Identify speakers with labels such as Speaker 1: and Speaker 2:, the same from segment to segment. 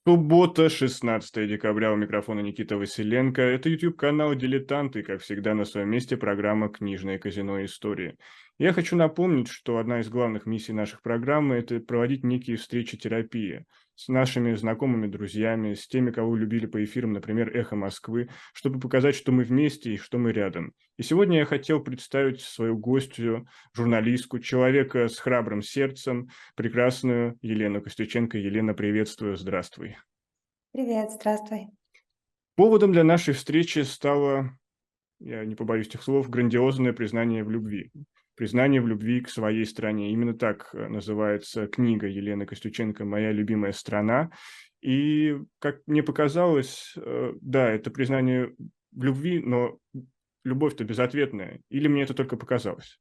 Speaker 1: Суббота, 16 декабря, у микрофона Никита Василенко. Это YouTube-канал «Дилетанты», и, как всегда, на своем месте программа «Книжное казино истории». Я хочу напомнить, что одна из главных миссий наших программ – это проводить некие встречи терапии с нашими знакомыми, друзьями, с теми, кого любили по эфирам, например, «Эхо Москвы», чтобы показать, что мы вместе и что мы рядом. И сегодня я хотел представить свою гостью, журналистку, человека с храбрым сердцем, прекрасную Елену Костюченко. Елена, приветствую, здравствуй.
Speaker 2: Привет, здравствуй.
Speaker 1: Поводом для нашей встречи стало, я не побоюсь этих слов, грандиозное признание в любви. Признание в любви к своей стране. Именно так называется книга Елены Костюченко «Моя любимая страна». И, как мне показалось, да, это признание в любви, но любовь-то безответная. Или мне это только показалось?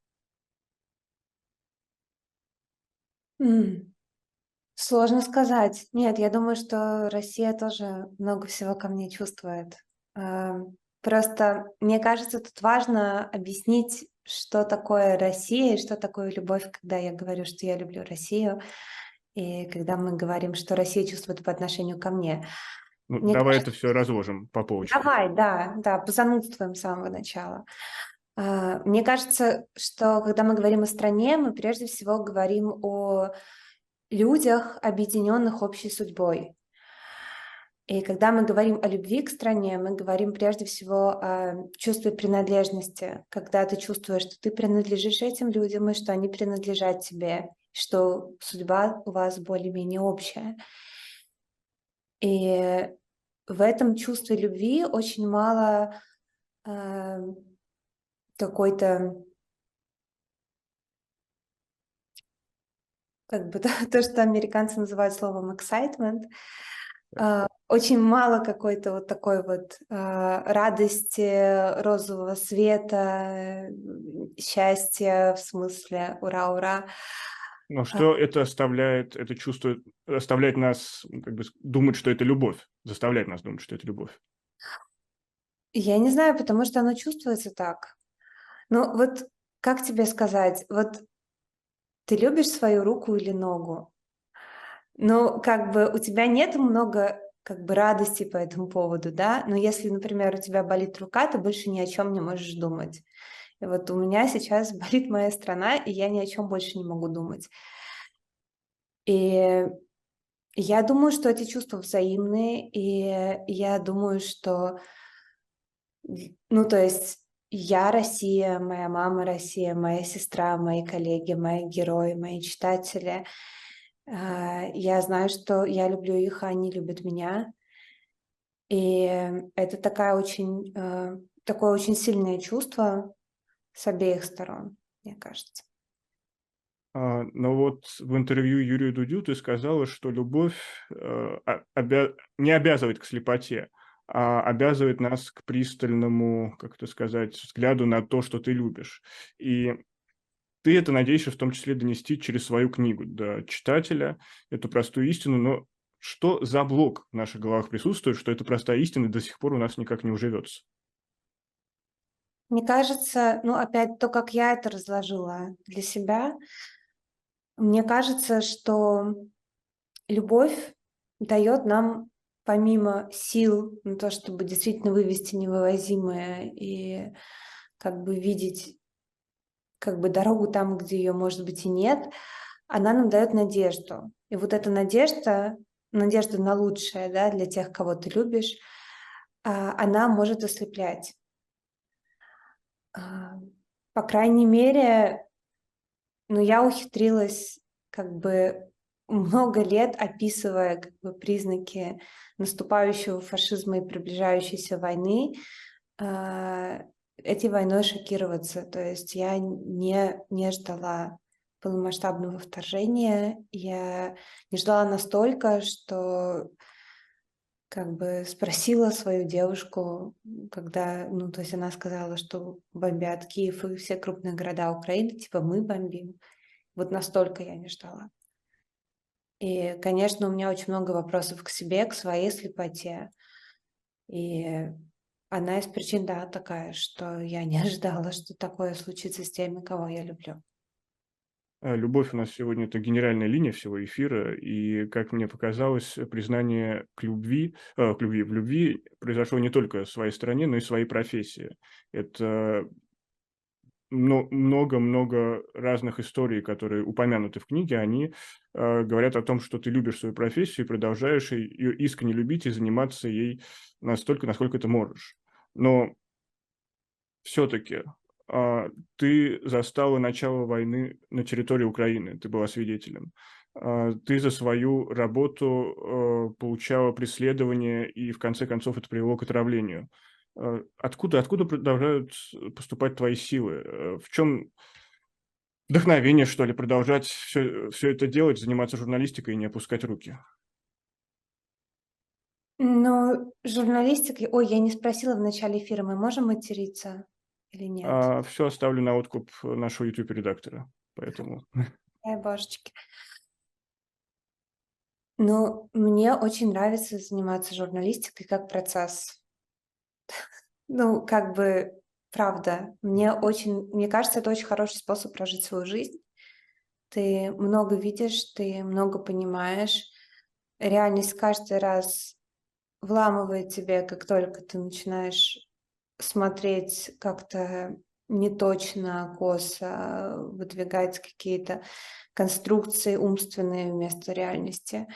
Speaker 2: М, Сложно сказать. Нет, я думаю, что Россия тоже много всего ко мне чувствует. Просто мне кажется, тут важно объяснить, что такое Россия и что такое любовь, когда я говорю, что я люблю Россию, и когда мы говорим, что Россия чувствует по отношению ко мне.
Speaker 1: Ну,
Speaker 2: Мне
Speaker 1: давай это
Speaker 2: кажется,
Speaker 1: все разложим по полочкам.
Speaker 2: давай, да, да, позанудствуем с самого начала. Мне кажется, что когда мы говорим о стране, мы прежде всего говорим о людях, объединенных общей судьбой. И когда мы говорим о любви к стране, мы говорим прежде всего о чувстве принадлежности, когда ты чувствуешь, что ты принадлежишь этим людям и что они принадлежат тебе, что судьба у вас более-менее общая. И в этом чувстве любви очень мало э, какой-то, как бы то, что американцы называют словом excitement. Очень мало какой-то вот такой вот радости, розового света, счастья, в смысле ура-ура.
Speaker 1: Но что это оставляет, это чувство оставляет нас, как бы думать, что это любовь, заставляет нас думать, что это любовь.
Speaker 2: Я не знаю, потому что оно чувствуется так. Ну вот как тебе сказать, вот ты любишь свою руку или ногу? Ну, как бы у тебя нет много как бы радости по этому поводу, да? Но если, например, у тебя болит рука, ты больше ни о чем не можешь думать. И вот у меня сейчас болит моя страна, и я ни о чем больше не могу думать. И я думаю, что эти чувства взаимные, и я думаю, что, ну, то есть я Россия, моя мама Россия, моя сестра, мои коллеги, мои герои, мои читатели. Я знаю, что я люблю их, а они любят меня. И это такое очень сильное чувство с обеих сторон, мне кажется.
Speaker 1: Но вот в интервью Юрию Дудю ты сказала, что любовь не обязывает к слепоте, а обязывает нас к пристальному, как это сказать, взгляду на то, что ты любишь. И ты это надеешься в том числе донести через свою книгу до читателя, эту простую истину. Но что за блок в наших головах присутствует, что эта простая истина до сих пор у нас никак не уживется?
Speaker 2: Мне кажется, ну, опять то, как я это разложила для себя, мне кажется, что любовь дает нам помимо сил на то, чтобы действительно вывести невывозимое и как бы видеть как бы дорогу там, где ее, может быть, и нет, она нам дает надежду. И вот эта надежда, надежда на лучшее, да, для тех, кого ты любишь, она может ослеплять. А, По крайней мере, ну, я ухитрилась как бы много лет, описывая как бы признаки наступающего фашизма и приближающейся войны, а, этой войной шокироваться. То есть я не ждала полномасштабного вторжения. Я не ждала настолько, что как бы спросила свою девушку, когда, ну, то есть она сказала, что бомбят Киев и все крупные города Украины, типа мы бомбим. Вот настолько я не ждала. И, конечно, у меня очень много вопросов к себе, к своей слепоте. И одна из причин, да, такая, что я не ожидала, что такое случится с теми, кого я люблю.
Speaker 1: Любовь у нас сегодня — это генеральная линия всего эфира, и, как мне показалось, признание в любви произошло не только в своей стране, но и в своей профессии. Это много-много разных историй, которые упомянуты в книге, они говорят о том, что ты любишь свою профессию и продолжаешь ее искренне любить и заниматься ей настолько, насколько ты можешь. Но все-таки ты застала начало войны на территории Украины, ты была свидетелем. Ты за свою работу получала преследование, и в конце концов это привело к отравлению. Откуда продолжают поступать твои силы? В чем вдохновение, что ли, продолжать все это делать, заниматься журналистикой и не опускать руки?
Speaker 2: Но журналистикой... Ой, я не спросила в начале эфира, мы можем материться или нет?
Speaker 1: Все оставлю на откуп нашего YouTube-редактора, поэтому...
Speaker 2: Ай, божечки. Ну, мне очень нравится заниматься журналистикой как процесс. Ну, как бы, правда, мне кажется, это очень хороший способ прожить свою жизнь. Ты много видишь, ты много понимаешь. Реальность каждый раз вламывает тебе, как только ты начинаешь смотреть как-то неточно, косо, выдвигать какие-то конструкции умственные вместо реальности.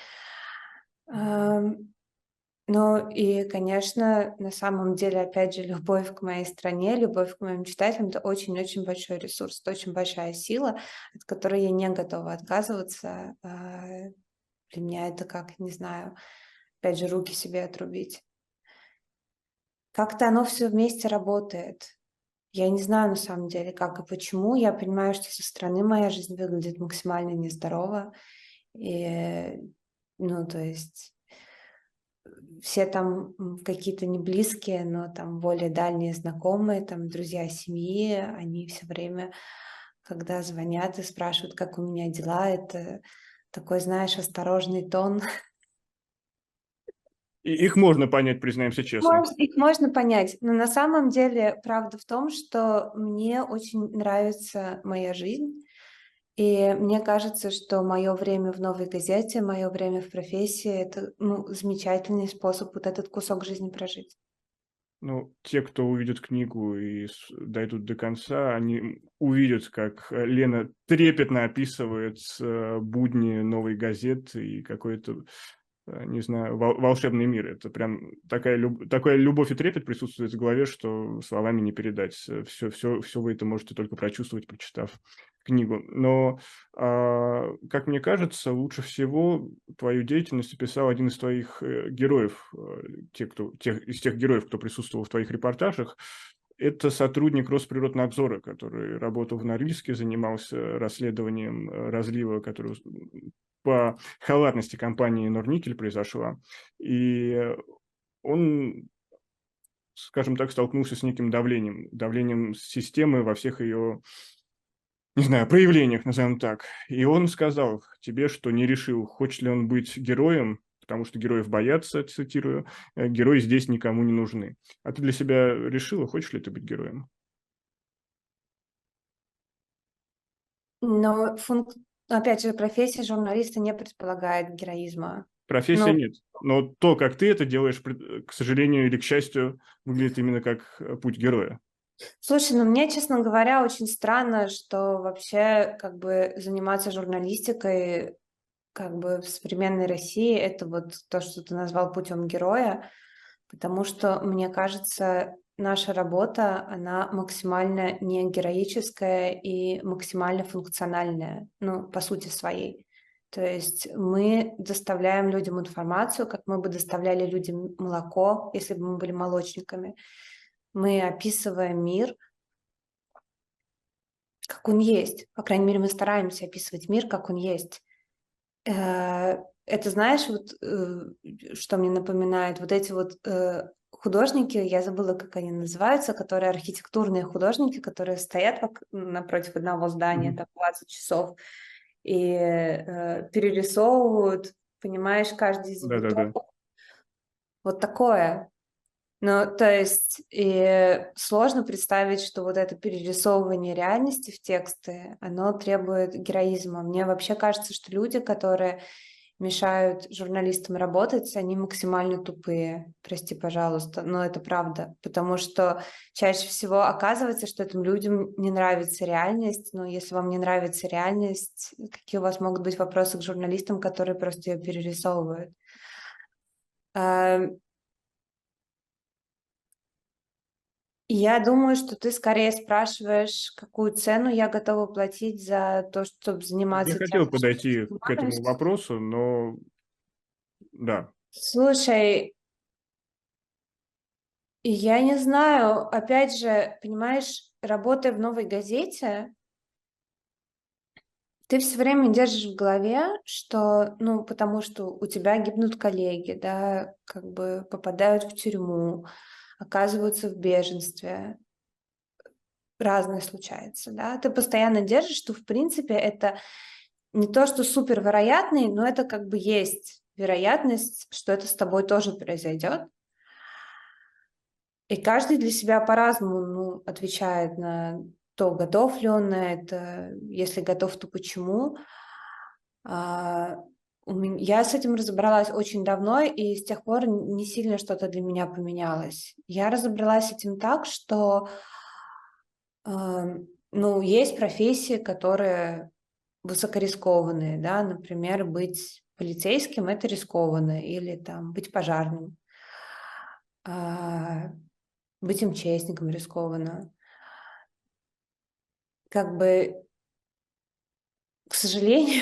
Speaker 2: Ну и, конечно, на самом деле, опять же, любовь к моей стране, любовь к моим читателям — это очень-очень большой ресурс, это очень большая сила, от которой я не готова отказываться. Для меня это как, не знаю, опять же, руки себе отрубить. Как-то оно все вместе работает. Я не знаю на самом деле, как и почему. Я понимаю, что со стороны моя жизнь выглядит максимально нездорово. И, ну, то есть все там какие-то не близкие, но там более дальние знакомые, там друзья семьи, они все время, когда звонят и спрашивают, как у меня дела, это такой, знаешь, осторожный тон.
Speaker 1: И их можно понять, признаемся честно.
Speaker 2: Их можно понять, но на самом деле правда в том, что мне очень нравится моя жизнь, и мне кажется, что мое время в «Новой газете», мое время в профессии — это, ну, замечательный способ вот этот кусок жизни прожить.
Speaker 1: Ну, те, кто увидит книгу и дойдут до конца, они увидят, как Лена трепетно описывает будни «Новой газеты» и какой-то, не знаю, волшебный мир. Это прям такая любовь и трепет присутствует в голове, что словами не передать. Все вы это можете только прочувствовать, прочитав книгу. Но, как мне кажется, лучше всего твою деятельность описал один из твоих героев, из тех героев, кто присутствовал в твоих репортажах. Это сотрудник Росприроднадзора, который работал в Норильске, занимался расследованием разлива, который по халатности компании Норникель произошла. И он, скажем так, столкнулся с неким давлением системы во всех ее, не знаю, проявлениях, назовем так. И он сказал тебе, что не решил, хочет ли он быть героем, потому что героев боятся, цитирую, герои здесь никому не нужны. А ты для себя решила, хочешь ли ты быть героем?
Speaker 2: Но опять же, профессия журналиста не предполагает героизма.
Speaker 1: Профессия
Speaker 2: Ну,
Speaker 1: нет. Но то, как ты это делаешь, к сожалению или к счастью, выглядит именно как путь героя.
Speaker 2: слушай, ну мне, честно говоря, очень странно, что вообще как бы заниматься журналистикой как бы в современной России — это вот то, что ты назвал путем героя, потому что, мне кажется, наша работа, она максимально не героическая и максимально функциональная, ну, по сути своей. То есть мы доставляем людям информацию, как мы бы доставляли людям молоко, если бы мы были молочниками. Мы описываем мир, как он есть. По крайней мере, мы стараемся описывать мир, как он есть. Это, знаешь, вот что мне напоминает, вот эти вот художники, я забыла, как они называются, которые архитектурные художники, которые стоят напротив одного здания
Speaker 1: Мгм.
Speaker 2: там 20 часов и перерисовывают, понимаешь, каждый
Speaker 1: Да-да-да.
Speaker 2: завиток. Вот такое. Ну, то есть, и сложно представить, что вот это перерисовывание реальности в тексты, оно требует героизма. Мне вообще кажется, что люди, которые мешают журналистам работать, они максимально тупые. Прости, пожалуйста, но это правда. Потому что чаще всего оказывается, что этим людям не нравится реальность. Но если вам не нравится реальность, какие у вас могут быть вопросы к журналистам, которые просто ее перерисовывают? Я думаю, что ты скорее спрашиваешь, какую цену я готова платить за то, чтобы
Speaker 1: Я
Speaker 2: заниматься тем,
Speaker 1: хотел
Speaker 2: чем я
Speaker 1: подойти к этому
Speaker 2: занимаюсь.
Speaker 1: вопросу, но да.
Speaker 2: Слушай, я не знаю, опять же, понимаешь, работая в «Новой газете», ты все время держишь в голове, что, ну, потому что у тебя гибнут коллеги, да, как бы попадают в тюрьму, оказываются в беженстве, разное случается, да, ты постоянно держишь, что, в принципе, это не то, что супервероятный, но это как бы есть вероятность, что это с тобой тоже произойдет. И каждый для себя по-разному, ну, отвечает на то, готов ли он на это, если готов, то почему. А, я с этим разобралась очень давно, и с тех пор не сильно что-то для меня поменялось. Я разобралась с этим так, что, ну, есть профессии, которые высокорискованные, да, например, быть полицейским — это рискованно, или там быть пожарным, а, быть МЧСником рискованно. Как бы, к сожалению,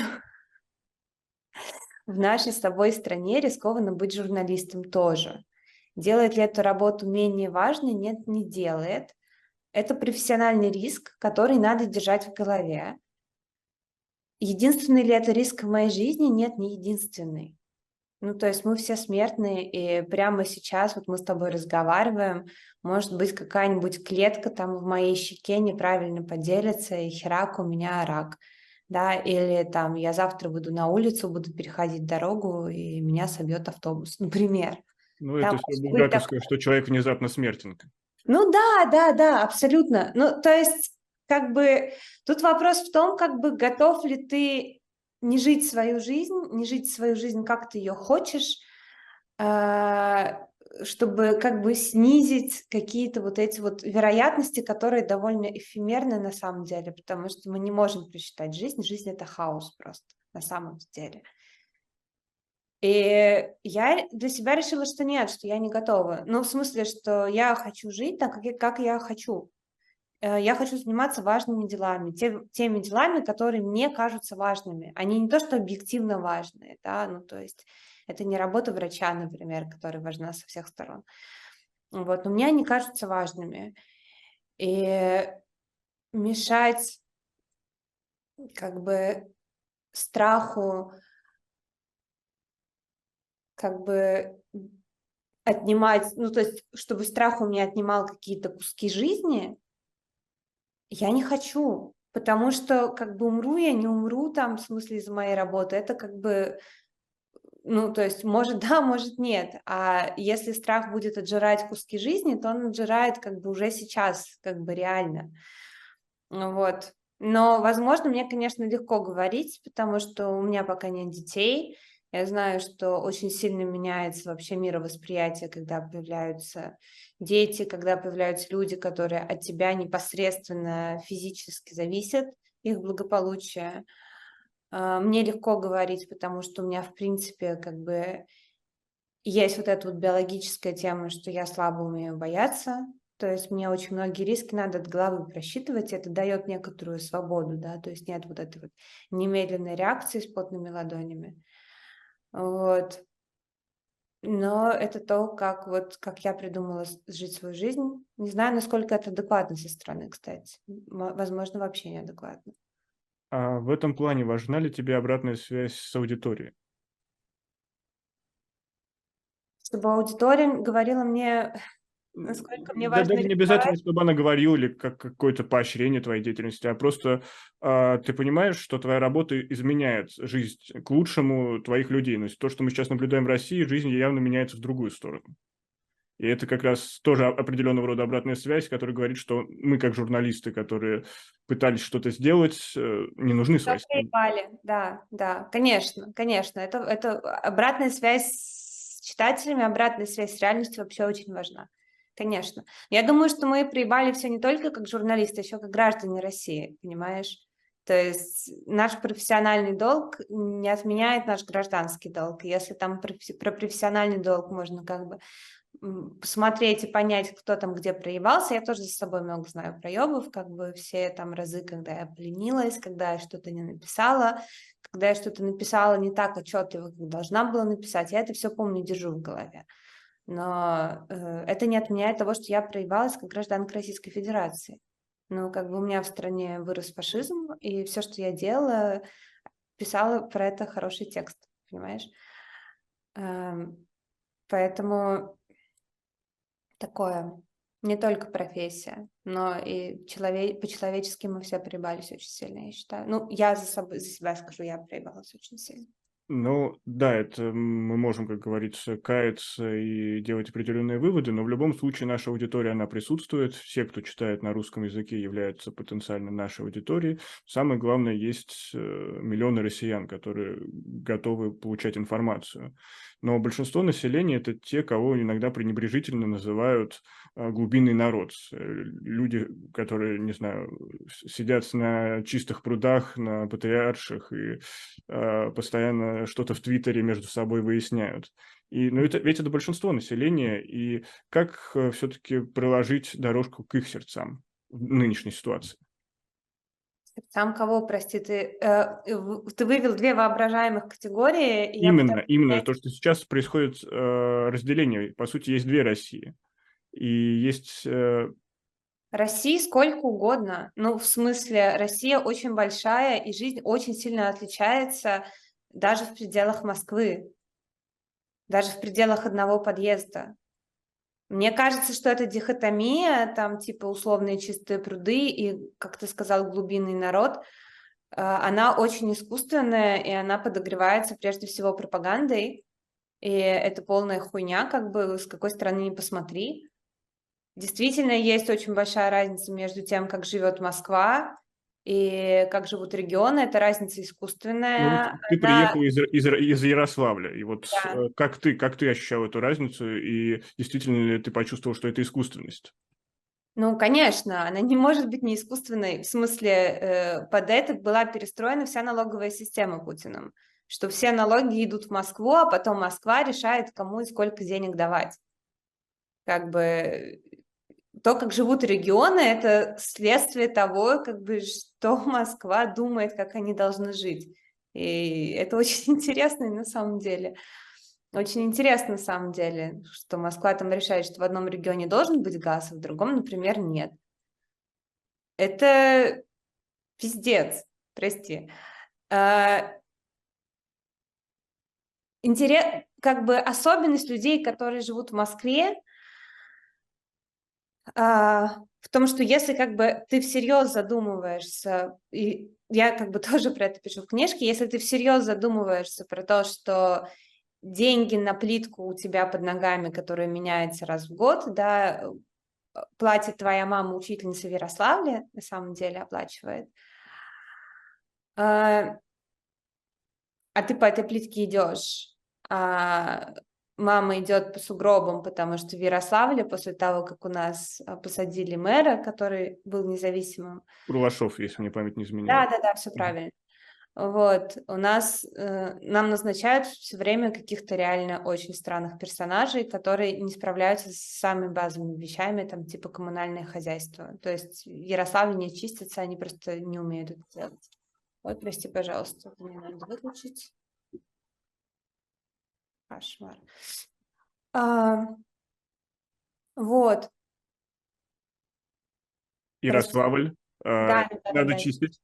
Speaker 2: в нашей с тобой стране рискованно быть журналистом тоже. Делает ли эту работу менее важной? Нет, не делает. Это профессиональный риск, который надо держать в голове. Единственный ли это риск в моей жизни? Нет, не единственный. Ну, то есть мы все смертные, и прямо сейчас вот мы с тобой разговариваем, может быть, какая-нибудь клетка там в моей щеке неправильно поделится, и херак, у меня рак, да, или там я завтра выйду на улицу, буду переходить дорогу, и меня собьет автобус, например.
Speaker 1: Ну,
Speaker 2: Там
Speaker 1: это все
Speaker 2: может быть так.
Speaker 1: булгаковское, что человек внезапно смертен.
Speaker 2: Ну да, да, да, абсолютно. Ну, то есть, как бы, тут вопрос в том, как бы, готов ли ты не жить свою жизнь, не жить свою жизнь, как ты ее хочешь, а, чтобы как бы снизить какие-то вот эти вот вероятности, которые довольно эфемерны на самом деле, потому что мы не можем просчитать жизнь. Жизнь — это хаос просто на самом деле. И я для себя решила, что нет, что я не готова. Ну, в смысле, что я хочу жить так, как я хочу. Я хочу заниматься важными делами, теми делами, которые мне кажутся важными. Они не то, что объективно важные, да, ну, то есть это не работа врача, например, которая важна со всех сторон. Вот, но мне они кажутся важными. И мешать как бы страху, как бы отнимать, ну, то есть чтобы страх у меня отнимал какие-то куски жизни, я не хочу. Потому что как бы умру я, не умру там, в смысле, из-за моей работы, это как бы, ну, то есть, может, да, может, нет. А если страх будет отжирать куски жизни, то он отжирает как бы уже сейчас, как бы реально. Ну вот. Но, возможно, мне, конечно, легко говорить, потому что у меня пока нет детей. Я знаю, что очень сильно меняется вообще мировосприятие, когда появляются дети, когда появляются люди, которые от тебя непосредственно физически зависят, их благополучие. Мне легко говорить, потому что у меня, в принципе, как бы есть вот эта вот биологическая тема, что я слабо умею бояться. То есть мне очень многие риски надо от головы просчитывать, это дает некоторую свободу, да, то есть нет вот этой вот немедленной реакции с потными ладонями. Вот. Но это то, как вот, как я придумала жить свою жизнь. Не знаю, насколько это адекватно со стороны, кстати. Возможно, вообще неадекватно.
Speaker 1: А в этом плане важна ли тебе обратная связь с аудиторией?
Speaker 2: Чтобы аудитория говорила мне, насколько мне
Speaker 1: Да
Speaker 2: важны
Speaker 1: даже не
Speaker 2: результаты.
Speaker 1: обязательно, чтобы она говорила или как какое-то поощрение твоей деятельности, а просто ты понимаешь, что твоя работа изменяет жизнь к лучшему твоих людей. То есть то, что мы сейчас наблюдаем в России, жизнь явно меняется в другую сторону. И это как раз тоже определенного рода обратная связь, которая говорит, что мы, как журналисты, которые пытались что-то сделать, не нужны с
Speaker 2: Всё
Speaker 1: властям.
Speaker 2: проебали. Да, да, конечно, конечно. Это обратная связь с читателями, обратная связь с реальностью вообще очень важна. Конечно. Я думаю, что мы проебали все не только как журналисты, еще как граждане России, понимаешь? То есть наш профессиональный долг не отменяет наш гражданский долг. Если там про профессиональный долг можно как бы посмотреть и понять, кто там где проебался. Я тоже за собой много знаю проебов, как бы все там разы, когда я поленилась, когда я что-то не написала, когда я что-то написала не так отчетливо, как должна была написать. Я это все помню, держу в голове. Но это не отменяет того, что я проебалась как гражданка Российской Федерации. Ну, как бы у меня в стране вырос фашизм, и все, что я делала, писала про это хороший текст, понимаешь? Поэтому такое не только профессия, но и по-человечески мы все проебались очень сильно, я считаю. Ну, я за себя скажу, я проебалась очень сильно.
Speaker 1: Ну да, это мы можем, как говорится, каяться и делать определенные выводы, но в любом случае наша аудитория, она присутствует. Все, кто читает на русском языке, являются потенциально нашей аудиторией. Самое главное, есть миллионы россиян, которые готовы получать информацию. Но большинство населения – это те, кого иногда пренебрежительно называют глубинный народ. Люди, которые, не знаю, сидят на чистых прудах, на патриарших и постоянно что-то в Твиттере между собой выясняют. Но ведь это большинство населения, и как все-таки проложить дорожку к их сердцам в нынешней ситуации?
Speaker 2: Сам кого, прости, ты вывел две воображаемых категории, и я пытаюсь
Speaker 1: Именно
Speaker 2: понять,
Speaker 1: то, что сейчас происходит разделение. По сути, есть две России. И есть
Speaker 2: России сколько угодно. Ну, в смысле, Россия очень большая, и жизнь очень сильно отличается даже в пределах Москвы, даже в пределах одного подъезда. Мне кажется, что эта дихотомия, там типа условные чистые пруды и, как ты сказал, глубинный народ, она очень искусственная, и она подогревается прежде всего пропагандой, и это полная хуйня, как бы с какой стороны ни посмотри. Действительно, есть очень большая разница между тем, как живет Москва и как живут регионы. Это разница
Speaker 1: ну, вот
Speaker 2: искусственная.
Speaker 1: ты
Speaker 2: Она,
Speaker 1: приехал из Ярославля, и вот
Speaker 2: да.
Speaker 1: как ты ощущал эту разницу, и действительно ли ты почувствовал, что это искусственность?
Speaker 2: Ну, конечно, она не может быть не искусственной. В смысле, под это была перестроена вся налоговая система Путиным, что все налоги идут в Москву, а потом Москва решает, кому и сколько денег давать. Как бы то, как живут регионы, это следствие того, как бы, что Москва думает, как они должны жить. И это очень интересно на самом деле. Очень интересно на самом деле, что Москва там решает, что в одном регионе должен быть газ, а в другом, например, нет. Это пиздец, прости. А, как бы особенность людей, которые живут в Москве, в том, что если как бы ты всерьез задумываешься, и я как бы тоже про это пишу в книжке, если ты всерьез задумываешься про то, что деньги на плитку у тебя под ногами, которая меняется раз в год, да, платит твоя мама, учительница в Ярославле, на самом деле оплачивает, а ты по этой плитке идешь, а мама идет по сугробам, потому что в Ярославле после того, как у нас посадили мэра, который был независимым,
Speaker 1: Круглашов, если мне память не изменяет.
Speaker 2: да-да-да, все правильно. Вот, у нас, нам назначают все время каких-то реально очень странных персонажей, которые не справляются с самыми базовыми вещами, там, типа коммунальное хозяйство. То есть в Ярославле не чистятся, они просто не умеют это делать. Ой, прости, пожалуйста, мне надо выключить. Кошмар. А, вот, прости.
Speaker 1: Ярославль,
Speaker 2: Да, да, да,
Speaker 1: надо
Speaker 2: да.
Speaker 1: чистить.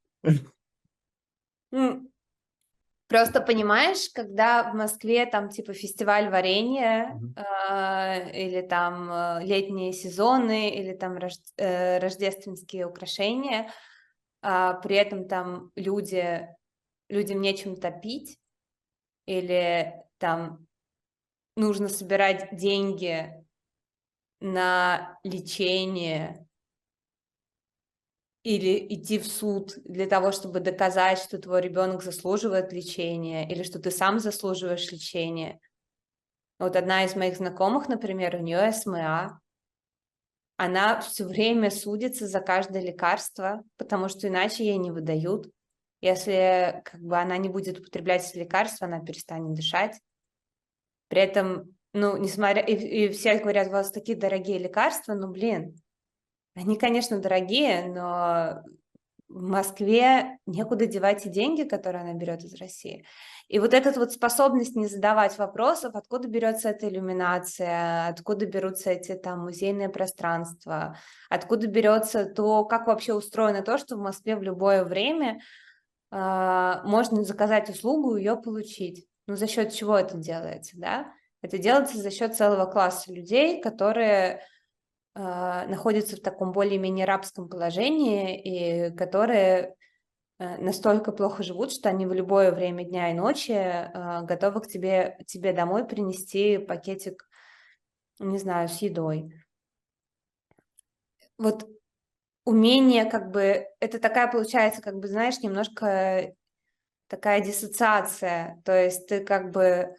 Speaker 2: М, Просто понимаешь, когда в Москве там типа фестиваль варенья
Speaker 1: Мгм.
Speaker 2: или там летние сезоны или там рождественские украшения, при этом там людям нечем топить или там нужно собирать деньги на лечение или идти в суд для того, чтобы доказать, что твой ребенок заслуживает лечения или что ты сам заслуживаешь лечения. Вот одна из моих знакомых, например, у нее СМА, она все время судится за каждое лекарство, потому что иначе ей не выдают. Если как бы она не будет употреблять эти лекарства, она перестанет дышать. При этом, ну, несмотря... И все говорят, у вас такие дорогие лекарства, ну, блин, они, конечно, дорогие, но в Москве некуда девать и деньги, которые она берет из России. И вот эта вот способность не задавать вопросов, откуда берется эта иллюминация, откуда берутся эти там музейные пространства, откуда берется то, как вообще устроено то, что в Москве в любое время можно заказать услугу и ее получить. Ну, за счет чего это делается, да? Это делается за счет целого класса людей, которые находятся в таком более-менее рабском положении и которые настолько плохо живут, что они в любое время дня и ночи готовы к тебе домой принести пакетик, не знаю, с едой. Вот умение как бы, это такая получается, как бы, знаешь, немножко такая диссоциация, то есть ты как бы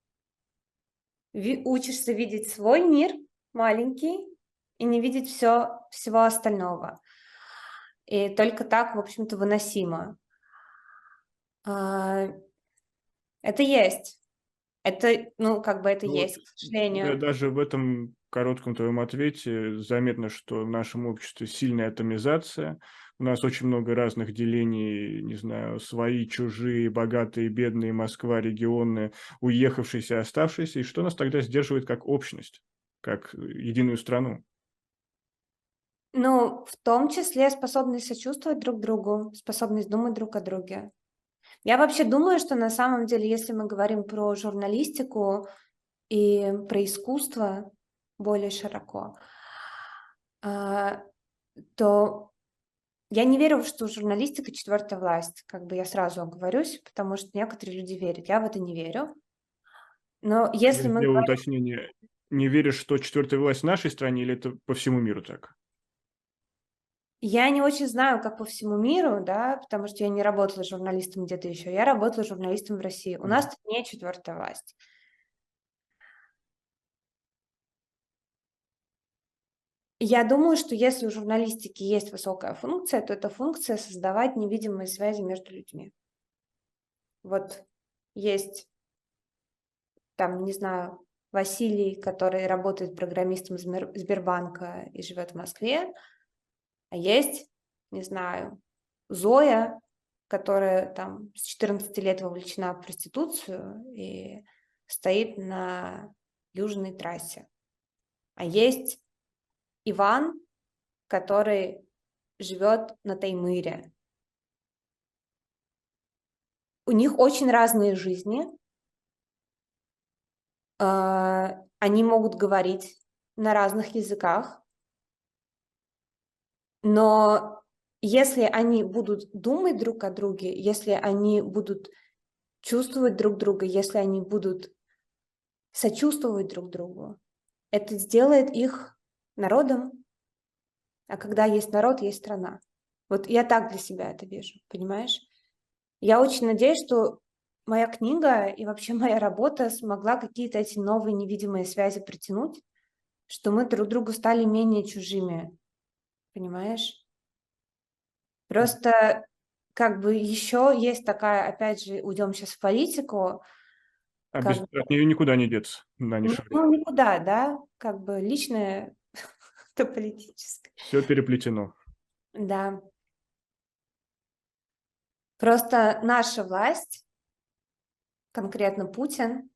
Speaker 2: учишься видеть свой мир маленький и не видеть всего остального. И только так, в общем-то, выносимо. Это есть. Это, ну, как бы это
Speaker 1: Ну вот,
Speaker 2: есть, к сожалению.
Speaker 1: даже в этом коротком твоем ответе заметно, что в нашем обществе сильная атомизация. У нас очень много разных делений, не знаю, свои, чужие, богатые, бедные, Москва, регионы, уехавшиеся, оставшиеся. И что нас тогда сдерживает как общность, как единую страну?
Speaker 2: Ну, в том числе способность сочувствовать друг другу, способность думать друг о друге. Я вообще думаю, что на самом деле, если мы говорим про журналистику и про искусство более широко, то я не верю, что журналистика четвертая власть. Как бы я сразу оговорюсь, потому что некоторые люди верят. Я в это не верю. Но
Speaker 1: Я
Speaker 2: если мы
Speaker 1: сделаю
Speaker 2: говорим...
Speaker 1: уточнение. Не веришь, что четвертая власть в нашей стране, или это по всему миру так?
Speaker 2: Я не очень знаю, как по всему миру, да, потому что я не работала журналистом где-то еще. Я работала журналистом в России. У нас тут не четвертая власть. Я думаю, что если у журналистики есть высокая функция, то это функция создавать невидимые связи между людьми. Вот есть там, не знаю, Василий, который работает программистом Сбербанка и живет в Москве, а есть, не знаю, Зоя, которая там с 14 лет вовлечена в проституцию и стоит на южной трассе. А есть Иван, который живет на Таймыре. У них очень разные жизни. Они могут говорить на разных языках, но если они будут думать друг о друге, если они будут чувствовать друг друга, если они будут сочувствовать друг другу, это сделает их народом, а когда есть народ, есть страна. Вот я так для себя это вижу, понимаешь? Я очень надеюсь, что моя книга и вообще моя работа смогла какие-то эти новые невидимые связи притянуть, что мы друг другу стали менее чужими, понимаешь? Просто как бы еще есть такая, опять же, уйдем сейчас в политику, как бы,
Speaker 1: От нее никуда не деться в нынешнее время.
Speaker 2: ну, никуда, да, как бы личное, то политическое.
Speaker 1: Все переплетено.
Speaker 2: Да. Просто наша власть, конкретно Путин,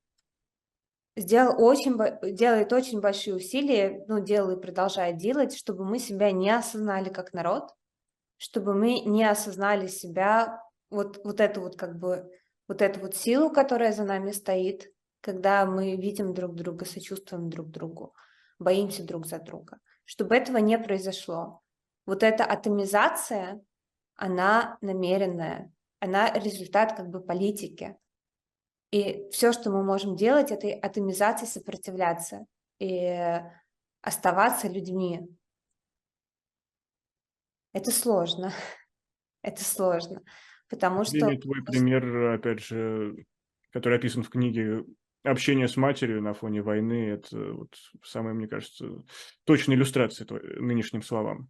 Speaker 2: делает очень большие усилия, ну, делал и продолжает делать, чтобы мы себя не осознали как народ, чтобы мы не осознали себя, вот эту вот как бы, вот эту вот силу, которая за нами стоит, когда мы видим друг друга, сочувствуем друг другу, боимся друг за друга. Чтобы этого не произошло. Вот эта атомизация, она намеренная, она результат как бы политики. И все, что мы можем делать, этой атомизации сопротивляться. И оставаться людьми. Это сложно. Это сложно. Потому что...
Speaker 1: Твой пример, опять же, который описан в книге, общение с матерью на фоне войны, это вот самая, мне кажется, точная иллюстрация нынешним словам.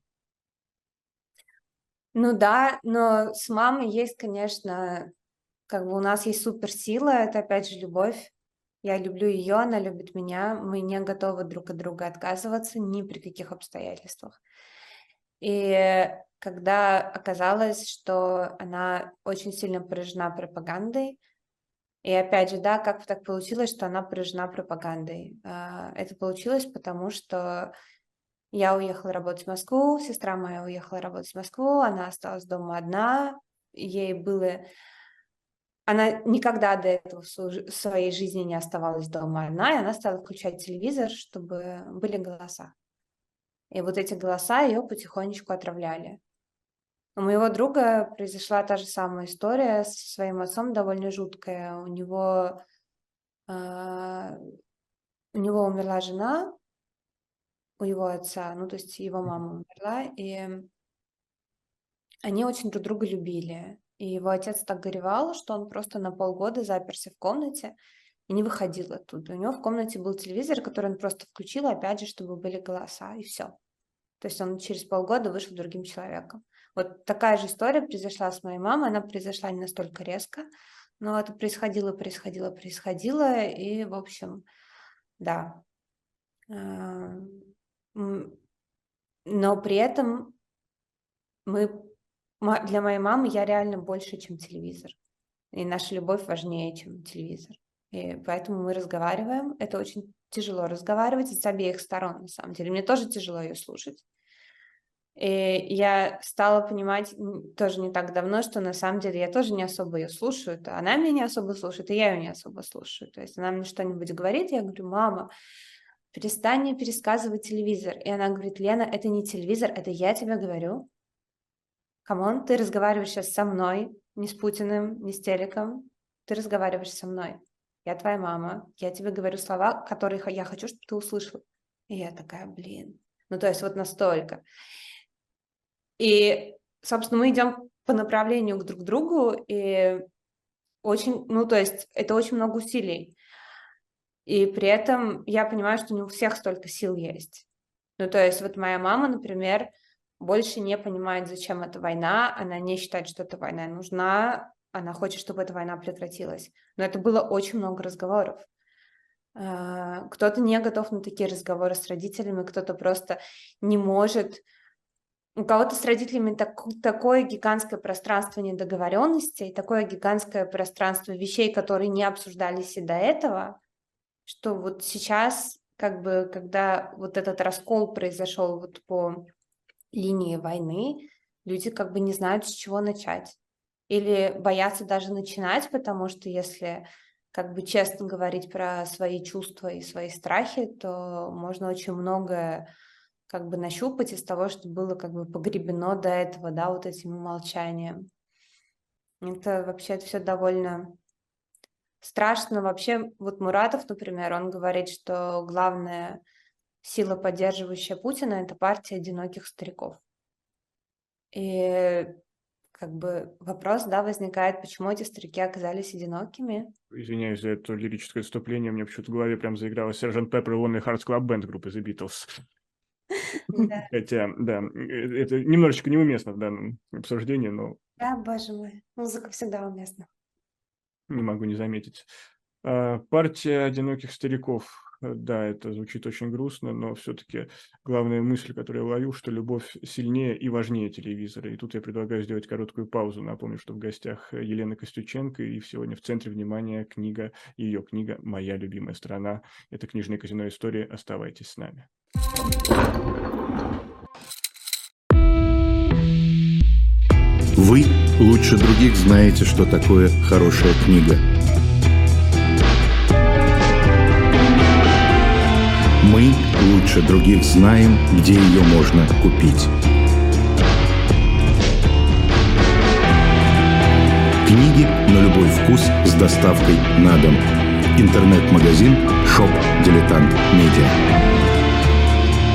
Speaker 2: Ну да, но с мамой есть, конечно, как бы у нас есть суперсила, это опять же любовь. Я люблю ее, она любит меня, мы не готовы друг от друга отказываться ни при каких обстоятельствах. И когда оказалось, что она очень сильно поражена пропагандой, и опять же, да, как так получилось, что она поражена пропагандой? Это получилось потому, что я уехала работать в Москву, сестра моя уехала работать в Москву, она осталась дома одна, ей было... Она никогда до этого в своей жизни не оставалась дома одна, и она стала включать телевизор, чтобы были голоса. И вот эти голоса ее потихонечку отравляли. У моего друга произошла та же самая история со своим отцом, довольно жуткая. У него умерла жена, у его отца, ну то есть его мама умерла, и они очень друг друга любили. И его отец так горевал, что он просто на полгода заперся в комнате и не выходил оттуда. У него в комнате был телевизор, который он просто включил, опять же, чтобы были голоса, и все. То есть он через полгода вышел другим человеком. Вот такая же история произошла с моей мамой. Она произошла не настолько резко, но это происходило, и, в общем, да. Но при этом для моей мамы я реально больше, чем телевизор. И наша любовь важнее, чем телевизор. И поэтому мы разговариваем. Это очень тяжело разговаривать с обеих сторон, на самом деле. Мне тоже тяжело ее слушать. И я стала понимать тоже не так давно, что на самом деле я тоже не особо ее слушаю. Она меня не особо слушает, и я ее не особо слушаю. То есть она мне что-нибудь говорит, я говорю: мама, перестань мне пересказывать телевизор. И она говорит: Лена, это не телевизор, это я тебе говорю. Камон, ты разговариваешь сейчас со мной, не с Путиным, не с телеком. Ты разговариваешь со мной. Я твоя мама, я тебе говорю слова, которые я хочу, чтобы ты услышал. И я такая: блин. Ну, то есть вот настолько. И, собственно, мы идем по направлению друг к другу, и очень, ну, то есть это очень много усилий. И при этом я понимаю, что не у всех столько сил есть. Ну, то есть вот моя мама, например, больше не понимает, зачем эта война, она не считает, что эта война нужна, она хочет, чтобы эта война прекратилась. Но это было очень много разговоров. Кто-то не готов на такие разговоры с родителями, кто-то просто не может... У кого-то с родителями такое гигантское пространство недоговоренностей, такое гигантское пространство вещей, которые не обсуждались и до этого, что вот сейчас, как бы, когда вот этот раскол произошел вот по линии войны, люди как бы не знают, с чего начать. Или боятся даже начинать, потому что если как бы честно говорить про свои чувства и свои страхи, то можно очень многое как бы нащупать из того, что было как бы погребено до этого, да, вот этим молчанием. Это вообще все довольно страшно. Вообще, вот Муратов, например, он говорит, что главная сила, поддерживающая Путина, это партия одиноких стариков. И как бы вопрос, да, возникает, почему эти старики оказались одинокими.
Speaker 1: Извиняюсь за это лирическое отступление, мне почему-то в голове прям заиграла Sgt. Pepper Lonely Hearts Club Band группы The Beatles.
Speaker 2: Да.
Speaker 1: Хотя, да, это немножечко неуместно в данном обсуждении, но...
Speaker 2: Да, боже мой, музыка всегда уместна.
Speaker 1: Не могу не заметить. Партия одиноких стариков. Да, это звучит очень грустно, но все-таки главная мысль, которую я ловил, что любовь сильнее и важнее телевизора. И тут я предлагаю сделать короткую паузу. Напомню, что в гостях Елена Костюченко, и сегодня в центре внимания ее книга «Моя любимая страна». Это книжное казино истории. Оставайтесь с нами.
Speaker 3: Вы лучше других знаете, что такое хорошая книга. Мы лучше других знаем, где ее можно купить. Книги на любой вкус с доставкой на дом. Интернет-магазин Shop Dilettant Media.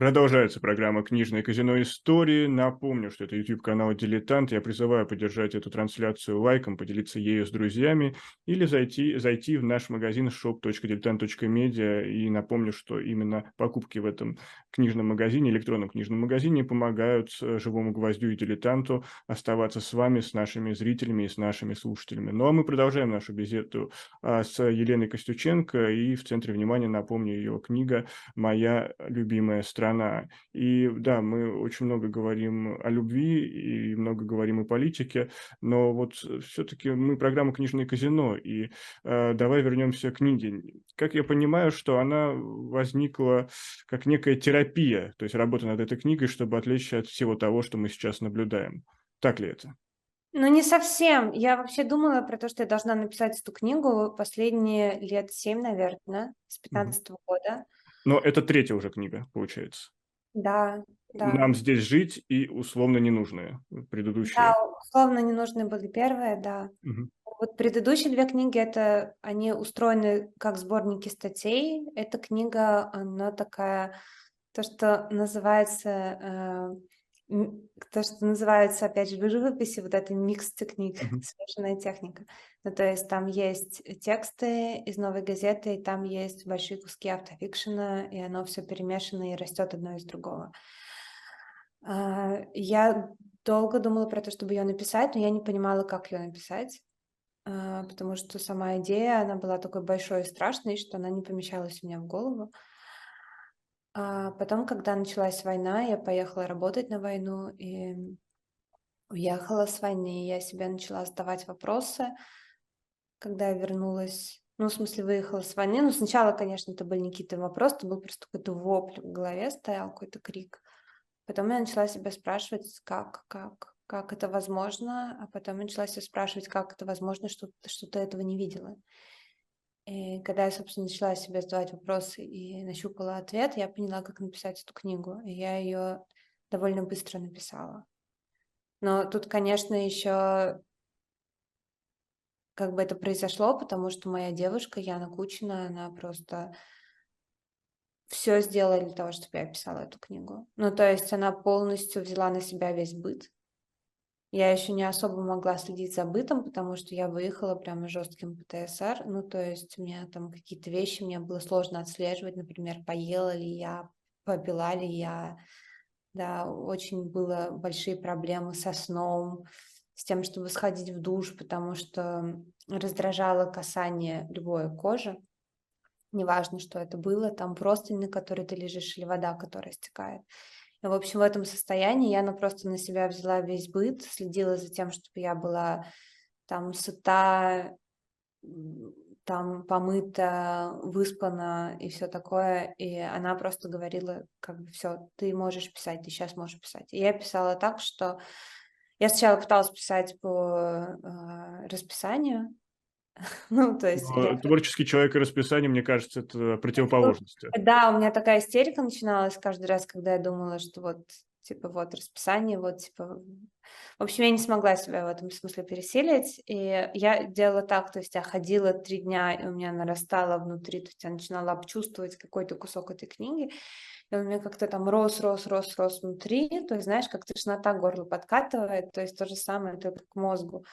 Speaker 1: Продолжается программа «Книжное казино Истории». Напомню, что это YouTube-канал «Дилетант». Я призываю поддержать эту трансляцию лайком, поделиться ею с друзьями или зайти в наш магазин shop.diletant.media. И напомню, что именно покупки в этом книжном магазине, электронном книжном магазине, помогают «Живому гвоздю» и «Дилетанту» оставаться с вами, с нашими зрителями и с нашими слушателями. Ну а мы продолжаем нашу беседу с Еленой Костюченко. И в центре внимания, напомню, ее книга «Моя любимая страна». И да, мы очень много говорим о любви и много говорим о политике, но вот все-таки мы программа «Книжное казино», и давай вернемся к книге. Как я понимаю, что она возникла как некая терапия, то есть работа над этой книгой, чтобы отвлечься от всего того, что мы сейчас наблюдаем. Так ли это?
Speaker 2: Ну, не совсем. Я вообще думала про то, что я должна написать эту книгу последние лет 7, наверное, с
Speaker 1: Мгм.
Speaker 2: 15-го года.
Speaker 1: Но это третья уже книга, получается.
Speaker 2: Да, да.
Speaker 1: «Нам здесь жить» и «Условно ненужные» предыдущие.
Speaker 2: Да, условно не нужны были первые, да.
Speaker 1: Мгм.
Speaker 2: Вот предыдущие 2 книги, они устроены как сборники статей. Эта книга, она такая, то, что называется, опять же, в живописи, вот это микс книг,
Speaker 1: Мгм.
Speaker 2: смешанная техника. Ну, то есть там есть тексты из «Новой газеты», и там есть большие куски автофикшена, и оно все перемешано и растет одно из другого. Я долго думала про то, чтобы ее написать, но я не понимала, как ее написать, потому что сама идея, она была такой большой и страшной, что она не помещалась у меня в голову. Потом, когда началась война, я поехала работать на войну и уехала с войны. Я себе начала задавать вопросы, когда я вернулась. Ну, в смысле, выехала с войны. Ну, сначала, конечно, это были не какие-то вопросы, это был просто какой-то вопль в голове стоял, какой-то крик. Потом я начала себя спрашивать, как это возможно, а потом я начала себя спрашивать, как это возможно, что ты этого не видела. И когда я, собственно, начала себе задавать вопросы и нащупала ответ, я поняла, как написать эту книгу, и я ее довольно быстро написала. Но тут, конечно, еще как бы это произошло, потому что моя девушка Яна Кучина, она просто все сделала для того, чтобы я писала эту книгу. Ну, то есть она полностью взяла на себя весь быт. Я еще не особо могла следить за бытом, потому что я выехала прямо жестким ПТСР. Ну, то есть у меня там какие-то вещи мне было сложно отслеживать, например, поела ли я, попила ли я. Да, очень было большие проблемы со сном, с тем, чтобы сходить в душ, потому что раздражало касание любой кожи. Неважно, что это было, там простынь, на которой ты лежишь, или вода, которая стекает. И, в общем, в этом состоянии я просто на себя взяла весь быт, следила за тем, чтобы я была там сыта, там помыта, выспана и все такое. И она просто говорила, как бы, все, ты можешь писать, ты сейчас можешь писать. И я писала так, что я сначала пыталась писать по расписанию, ну, то есть я
Speaker 1: Но творческий человек и расписание, мне кажется, это противоположности.
Speaker 2: Да, у меня такая истерика начиналась каждый раз, когда я думала, что вот, типа, вот расписание, вот, типа... В общем, я не смогла себя в этом смысле пересилить, и я делала так, то есть я ходила 3 дня, и у меня нарастало внутри, то есть я начинала чувствовать какой-то кусок этой книги, и он у меня как-то там рос внутри, то есть, знаешь, как тошнота горло подкатывает, то есть то же самое, только к мозгу.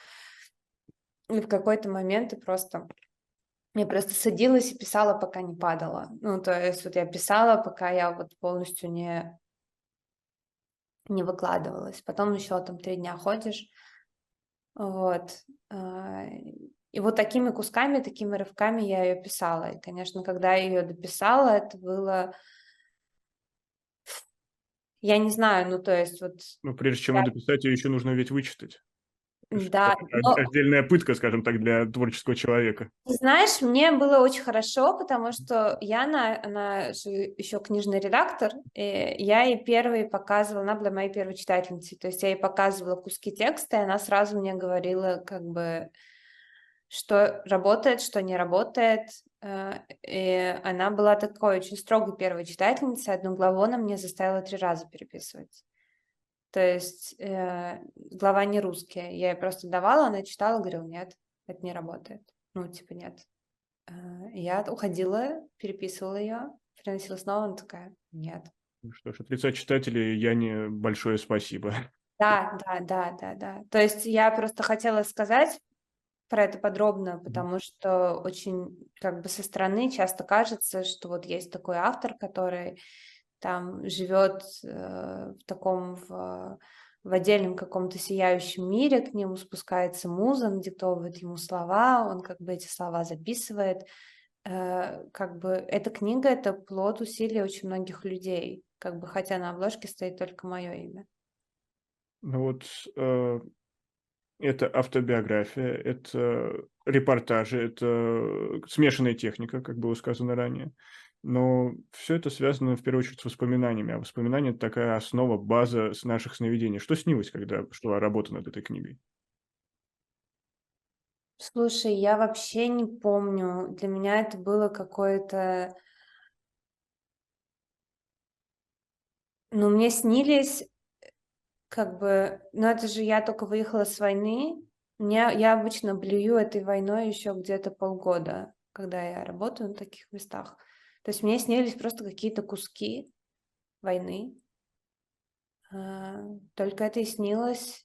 Speaker 2: И в какой-то момент я просто садилась и писала, пока не падала. Ну, то есть вот я писала, пока я вот полностью не выкладывалась. Потом еще там 3 дня ходишь. Вот. И вот такими кусками, такими рывками я ее писала. И, конечно, когда я ее дописала, это было... Я не знаю, ну, то есть вот...
Speaker 1: Но прежде чем ее дописать, ее еще нужно ведь вычитать.
Speaker 2: Да,
Speaker 1: Это отдельная пытка, скажем так, для творческого человека.
Speaker 2: ты знаешь, мне было очень хорошо, потому что Яна, она же еще книжный редактор, и я ей первой показывала, она была моей первой читательницей, то есть я ей показывала куски текста, и она сразу мне говорила, как бы, что работает, что не работает, и она была такой очень строгой первой читательницей, одну главу она мне заставила 3 раза переписывать. То есть глава не русская, я ей просто давала, она читала, говорила, нет, это не работает. Ну, типа, нет. Я уходила, переписывала ее, приносила снова, она такая, нет.
Speaker 1: Ну что ж, от лица читателей Яне большое спасибо.
Speaker 2: Да, да, да, да, да. То есть я просто хотела сказать про это подробно,
Speaker 1: Мгм.
Speaker 2: потому что очень как бы со стороны часто кажется, что вот есть такой автор, который там живет в отдельном каком-то сияющем мире, к нему спускается муза, надиктовывает ему слова, он как бы эти слова записывает. Как бы эта книга — это плод усилий очень многих людей, как бы хотя на обложке стоит только мое имя.
Speaker 1: Ну вот, это автобиография, это репортажи, это смешанная техника, как было сказано ранее. Но все это связано в первую очередь с воспоминаниями, а воспоминания — это такая основа, база с наших сновидений. Что снилось, когда шла работа над этой книгой?
Speaker 2: Слушай, я вообще не помню. Для меня это было какое-то... Ну, мне снились как бы... Ну, это же я только выехала с войны. Я обычно блюю этой войной еще где-то полгода, когда я работаю на таких местах. То есть мне снились просто какие-то куски войны. Только это и снилось.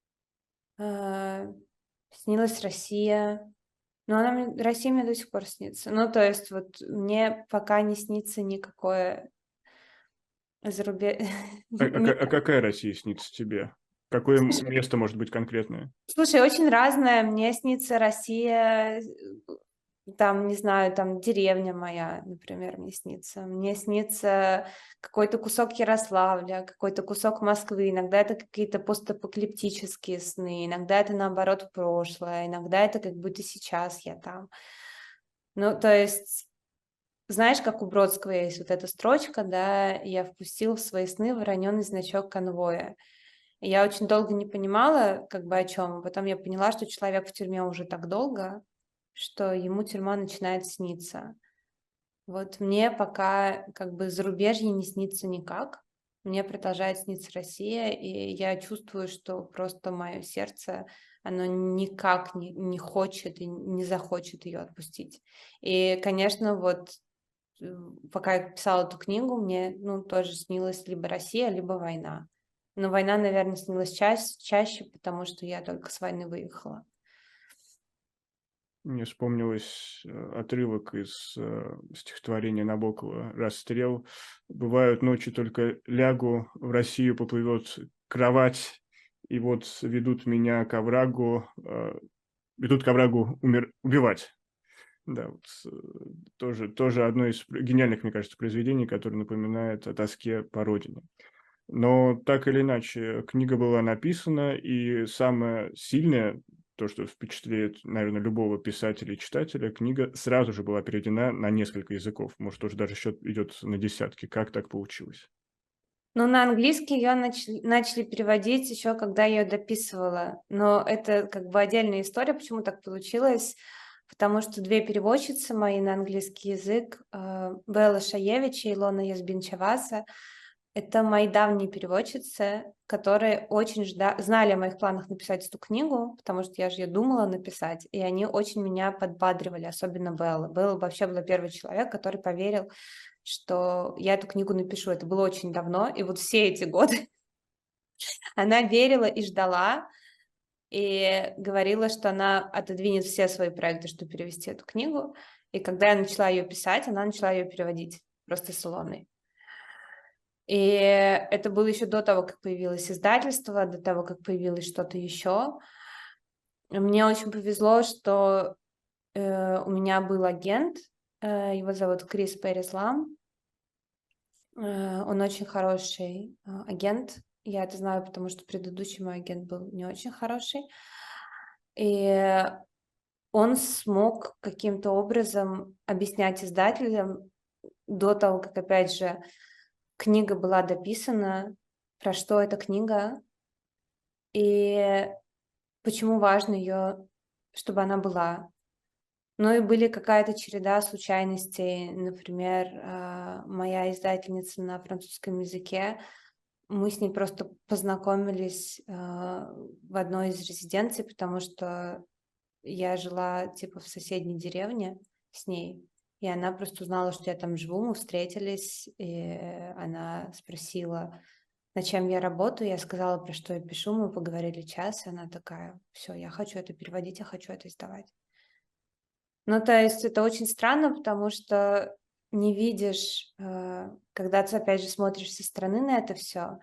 Speaker 2: А, Снилась Россия. Но Россия мне до сих пор снится. Ну, то есть вот мне пока не снится никакое зарубеж...
Speaker 1: А какая Россия снится тебе? Какое место может быть конкретное?
Speaker 2: Слушай, очень разное. Мне снится Россия, там, не знаю, там деревня моя, например, мне снится. Мне снится какой-то кусок Ярославля, какой-то кусок Москвы. Иногда это какие-то постапокалиптические сны, иногда это, наоборот, прошлое, иногда это как будто сейчас я там. Ну, то есть, знаешь, как у Бродского есть вот эта строчка, да, «Я впустил в свои сны вороненый значок конвоя». И я очень долго не понимала, как бы о чем, а потом я поняла, что человек в тюрьме уже так долго, что ему тюрьма начинает сниться. Вот мне пока как бы зарубежье не снится никак, мне продолжает сниться Россия, и я чувствую, что просто мое сердце, оно никак не хочет и не захочет ее отпустить. И, конечно, вот пока я писала эту книгу, мне, ну, тоже снилась либо Россия, либо война. Но война, наверное, снилась чаще, потому что я только с войны выехала.
Speaker 1: Мне вспомнилось, отрывок из, стихотворения Набокова «Расстрел». «Бывают ночи, только лягу, в Россию поплывет кровать, и вот ведут к оврагу убивать». Да, вот, тоже одно из гениальных, мне кажется, произведений, которое напоминает о тоске по родине. Но так или иначе, книга была написана, и самое сильное, то, что впечатляет, наверное, любого писателя и читателя, книга сразу же была переведена на несколько языков. Может, уже даже счет идет на десятки. Как так получилось?
Speaker 2: Ну, на английский ее начали переводить еще, когда я ее дописывала. Но это как бы отдельная история, почему так получилось. Потому что две переводчицы мои на английский язык, Белла Шаевич и Илона Язбинчаваса, это мои давние переводчицы, которые очень знали о моих планах написать эту книгу, потому что я же ее думала написать, и они очень меня подбадривали, особенно Белла. Белла вообще была первый человек, который поверил, что я эту книгу напишу. Это было очень давно, и вот все эти годы она верила и ждала, и говорила, что она отодвинет все свои проекты, чтобы перевести эту книгу. И когда я начала ее писать, она начала ее переводить просто с Илоной. И это было еще до того, как появилось издательство, до того, как появилось что-то еще. Мне очень повезло, что у меня был агент, его зовут Крис Перислам. Он очень хороший агент. Я это знаю, потому что предыдущий мой агент был не очень хороший. И он смог каким-то образом объяснять издателям до того, как, опять же, книга была дописана, про что эта книга, и почему важно ее, чтобы она была. Ну и были какая-то череда случайностей. Например, моя издательница на французском языке, мы с ней просто познакомились в одной из резиденций, потому что я жила типа в соседней деревне с ней. и она просто узнала, что я там живу, мы встретились, и она спросила, над чем я работаю, я сказала, про что я пишу, мы поговорили час, и она такая, все, я хочу это переводить, я хочу это издавать. Ну, то есть это очень странно, потому что не видишь, когда ты, опять же, смотришь со стороны на это все,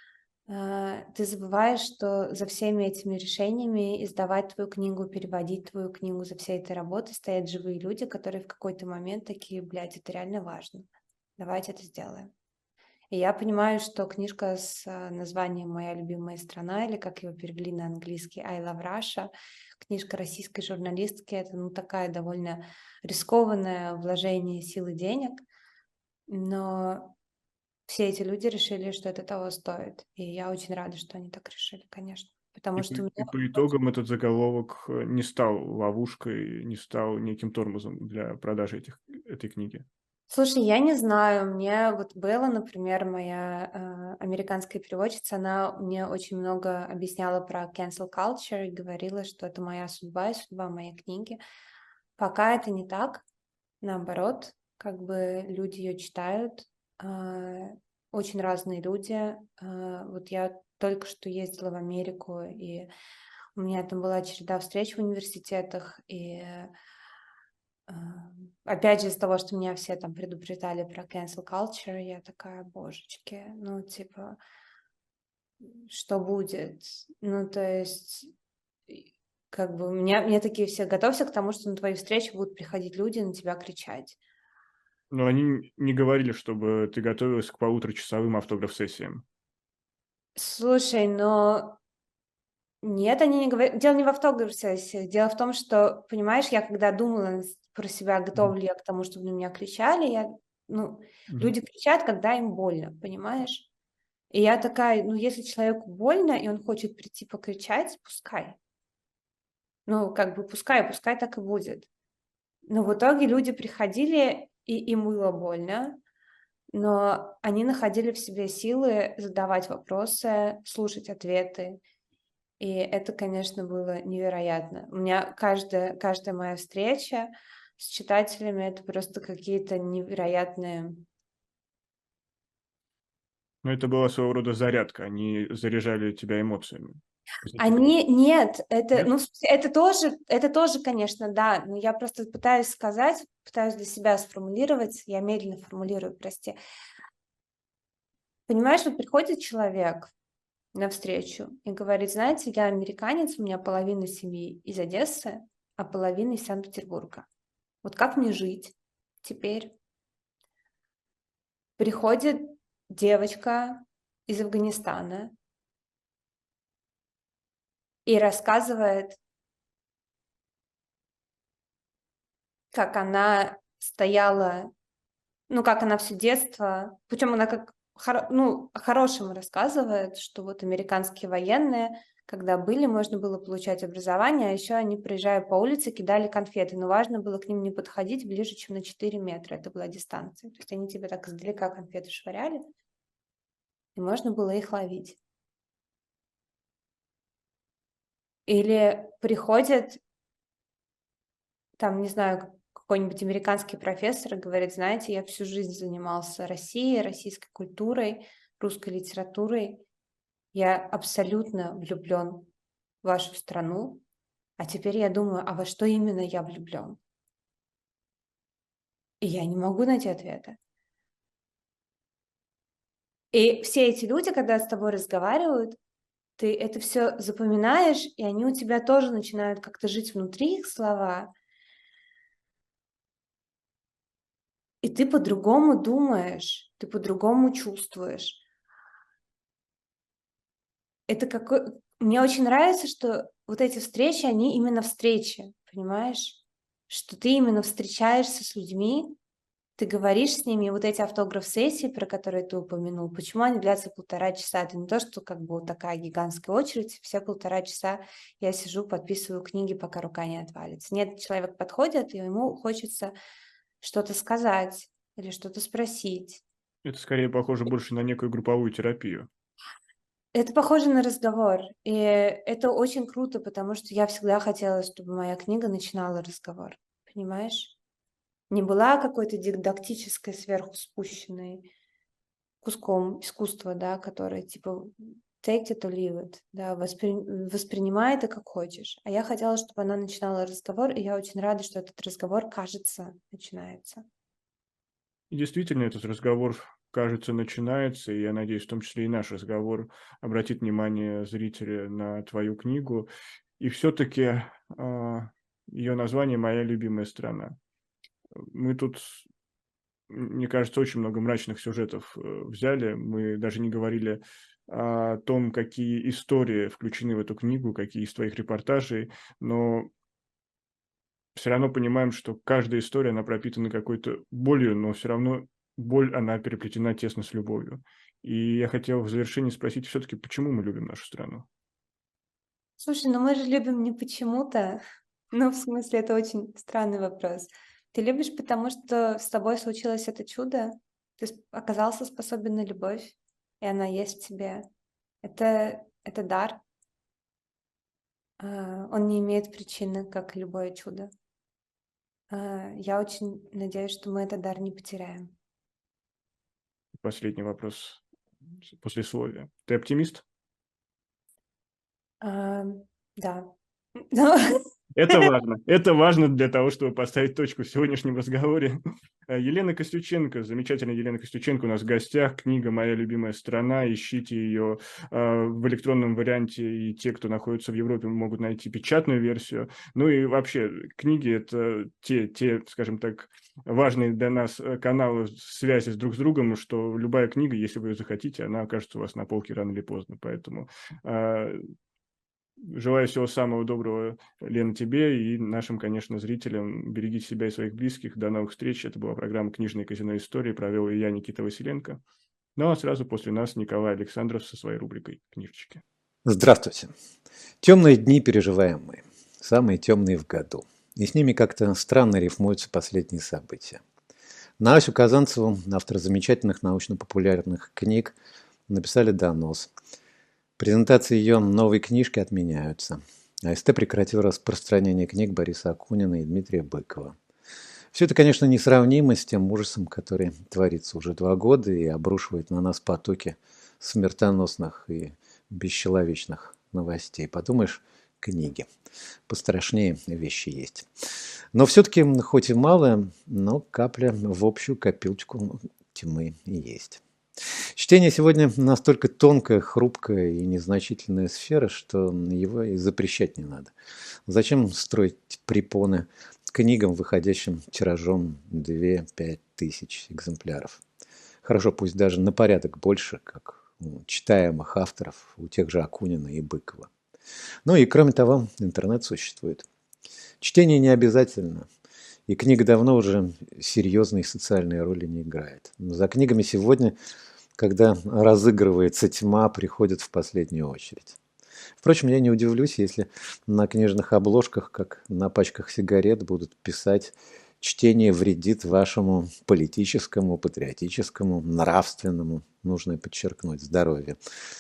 Speaker 2: ты забываешь, что за всеми этими решениями издавать твою книгу, переводить твою книгу, за всей этой работой стоят живые люди, которые в какой-то момент такие, блядь, это реально важно. Давайте это сделаем. И я понимаю, что книжка с названием «Моя любимая страна», или как его перевели на английский «I love Russia», книжка российской журналистки, это такая довольно рискованное вложение сил и денег, но все эти люди решили, что это того стоит. И я очень рада, что они так решили, конечно. Потому что
Speaker 1: И по итогам этот заголовок не стал ловушкой, не стал неким тормозом для продажи этой книги.
Speaker 2: Слушай, я не знаю, мне вот Белла, например, моя американская переводчица, она мне очень много объясняла про cancel culture и говорила, что это моя судьба и судьба моей книги. Пока это не так, наоборот, как бы люди ее читают, очень разные люди. Вот я только что ездила в Америку, и у меня там была череда встреч в университетах, и опять же, из-за того, что меня все там предупреждали про cancel culture, я такая, божечки, ну, типа, что будет? Ну, то есть, как бы, мне такие все, готовься к тому, что на твои встречи будут приходить люди на тебя кричать.
Speaker 1: Но они не говорили, чтобы ты готовилась к полуторачасовым автограф-сессиям.
Speaker 2: Слушай, но нет, они не говорят. Дело не в автограф-сессиях. Дело в том, что, понимаешь, я когда думала про себя, готова ли я к тому, чтобы на меня кричали, люди кричат, когда им больно, понимаешь? И я такая, если человеку больно, и он хочет прийти покричать, пускай. Как бы пускай так и будет. Но в итоге люди приходили, и им было больно, но они находили в себе силы задавать вопросы, слушать ответы. И это, конечно, было невероятно. У меня каждая моя встреча с читателями — это просто какие-то невероятные...
Speaker 1: Но это была своего рода зарядка, они заряжали тебя эмоциями.
Speaker 2: Нет, это,
Speaker 1: Нет?
Speaker 2: в смысле, это тоже, конечно, да, но я просто пытаюсь для себя сформулировать, я медленно формулирую, прости. Понимаешь, вот приходит человек навстречу и говорит, знаете, я американец, у меня половина семьи из Одессы, а половина из Санкт-Петербурга. Вот как мне жить теперь? Приходит девочка из Афганистана и рассказывает, как она стояла, как она все детство, причем она как хорошему рассказывает, что вот американские военные, когда были, можно было получать образование, а еще они, проезжая по улице, кидали конфеты, но важно было к ним не подходить ближе, чем на 4 метра, это была дистанция. То есть они тебе так издалека конфеты швыряли, и можно было их ловить. Или приходят, там, не знаю, какой-нибудь американский профессор и говорит, знаете, я всю жизнь занимался Россией, российской культурой, русской литературой. Я абсолютно влюблен в вашу страну, а теперь я думаю, а во что именно я влюблен? И я не могу найти ответа. И все эти люди, когда с тобой разговаривают, ты это все запоминаешь, и они у тебя тоже начинают как-то жить внутри, их слова. И ты по-другому думаешь, ты по-другому чувствуешь. Мне очень нравится, что вот эти встречи, они именно встречи, понимаешь? Что ты именно встречаешься с людьми, ты говоришь с ними, и вот эти автограф-сессии, про которые ты упомянул, почему они длятся 1,5 часа? Это не то, что как бы вот такая гигантская очередь, все 1,5 часа я сижу, подписываю книги, пока рука не отвалится. Нет, человек подходит, и ему хочется что-то сказать или что-то спросить.
Speaker 1: Это скорее похоже больше на некую групповую терапию.
Speaker 2: Это похоже на разговор, и это очень круто, потому что я всегда хотела, чтобы моя книга начинала разговор, понимаешь? не была какой-то дидактической сверху спущенной куском искусства, да, который типа take it or leave it, да, воспринимай это как хочешь. А я хотела, чтобы она начинала разговор, и я очень рада, что этот разговор, кажется, начинается.
Speaker 1: И действительно, этот разговор, кажется, начинается, и я надеюсь, в том числе и наш разговор обратит внимание зрителя на твою книгу. И все-таки ее название «Моя любимая страна». Мы тут, мне кажется, очень много мрачных сюжетов взяли. Мы даже не говорили о том, какие истории включены в эту книгу, какие из твоих репортажей, но все равно понимаем, что каждая история, она пропитана какой-то болью, но все равно боль, она переплетена тесно с любовью. И я хотел в завершении спросить все-таки, почему мы любим нашу страну?
Speaker 2: Слушай, ну мы же любим не почему-то. Ну, в смысле, это очень странный вопрос. Ты любишь, потому что с тобой случилось это чудо? Ты оказался способен на любовь, и она есть в тебе. Это дар. Он не имеет причины, как любое чудо. Я очень надеюсь, что мы этот дар не потеряем.
Speaker 1: Последний вопрос, послесловие. Ты оптимист?
Speaker 2: Да.
Speaker 1: Это важно. Это важно для того, чтобы поставить точку в сегодняшнем разговоре. Елена Костюченко, замечательная Елена Костюченко у нас в гостях. Книга «Моя любимая страна». Ищите ее в электронном варианте, и те, кто находится в Европе, могут найти печатную версию. Ну и вообще, книги – это те, скажем так, важные для нас каналы связи друг с другом, что любая книга, если вы ее захотите, она окажется у вас на полке рано или поздно. Поэтому желаю всего самого доброго, Лена, тебе и нашим, конечно, зрителям. Берегите себя и своих близких. До новых встреч. Это была программа «Книжное казино Истории». Провел и я, Никита Василенко. Ну а сразу после нас Николай Александров со своей рубрикой «Книжечки».
Speaker 4: Здравствуйте. Темные дни переживаем мы. Самые темные в году. И с ними как-то странно рифмуются последние события. На Асю Казанцеву, автора замечательных научно-популярных книг, написали донос. Презентации ее новой книжки отменяются. АСТ прекратил распространение книг Бориса Акунина и Дмитрия Быкова. Все это, конечно, несравнимо с тем ужасом, который творится уже 2 года и обрушивает на нас потоки смертоносных и бесчеловечных новостей. Подумаешь, книги. Пострашнее вещи есть. Но все-таки, хоть и мало, но капля в общую копилочку тьмы есть. Чтение сегодня настолько тонкая, хрупкая и незначительная сфера, что его и запрещать не надо. Зачем строить препоны книгам, выходящим тиражом 2-5 тысяч экземпляров? Хорошо, пусть даже на порядок больше, как у читаемых авторов, у тех же Акунина и Быкова. Ну и кроме того, интернет существует. Чтение не обязательно. И книга давно уже серьезной социальной роли не играет. Но за книгами сегодня, когда разыгрывается тьма, приходят в последнюю очередь. Впрочем, я не удивлюсь, если на книжных обложках, как на пачках сигарет, будут писать «Чтение вредит вашему политическому, патриотическому, нравственному, нужно подчеркнуть, здоровью»,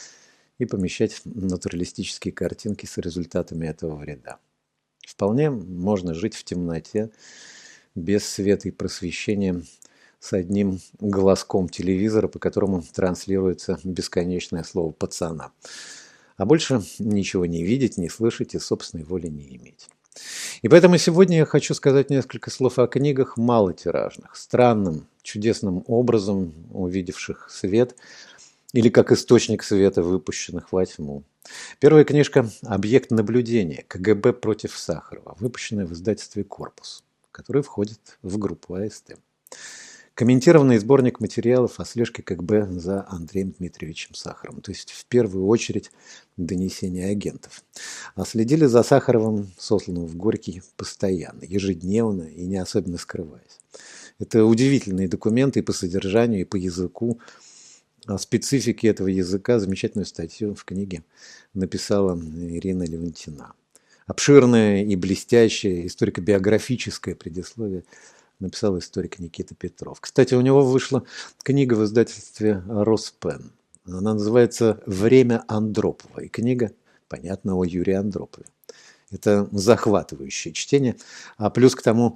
Speaker 4: и помещать натуралистические картинки с результатами этого вреда. Вполне можно жить в темноте, без света и просвещения, с одним глазком телевизора, по которому транслируется бесконечное слово «пацана». А больше ничего не видеть, не слышать и собственной воли не иметь. И поэтому сегодня я хочу сказать несколько слов о книгах малотиражных, странным, чудесным образом увидевших свет или как источник света, выпущенных во тьму. Первая книжка «Объект наблюдения. КГБ против Сахарова», выпущенная в издательстве «Корпус», который входит в группу АСТ. Комментированный сборник материалов о слежке КГБ за Андреем Дмитриевичем Сахаровым, то есть в первую очередь донесения агентов. А следили за Сахаровым, сосланным в Горький, постоянно, ежедневно и не особенно скрываясь. Это удивительные документы и по содержанию, и по языку. О специфике этого языка замечательную статью в книге написала Ирина Левантина. Обширное и блестящее историко-биографическое предисловие написал историк Никита Петров. Кстати, у него вышла книга в издательстве «Роспен». Она называется «Время Андропова». И книга, понятно, о Юрии Андропове. Это захватывающее чтение. А плюс к тому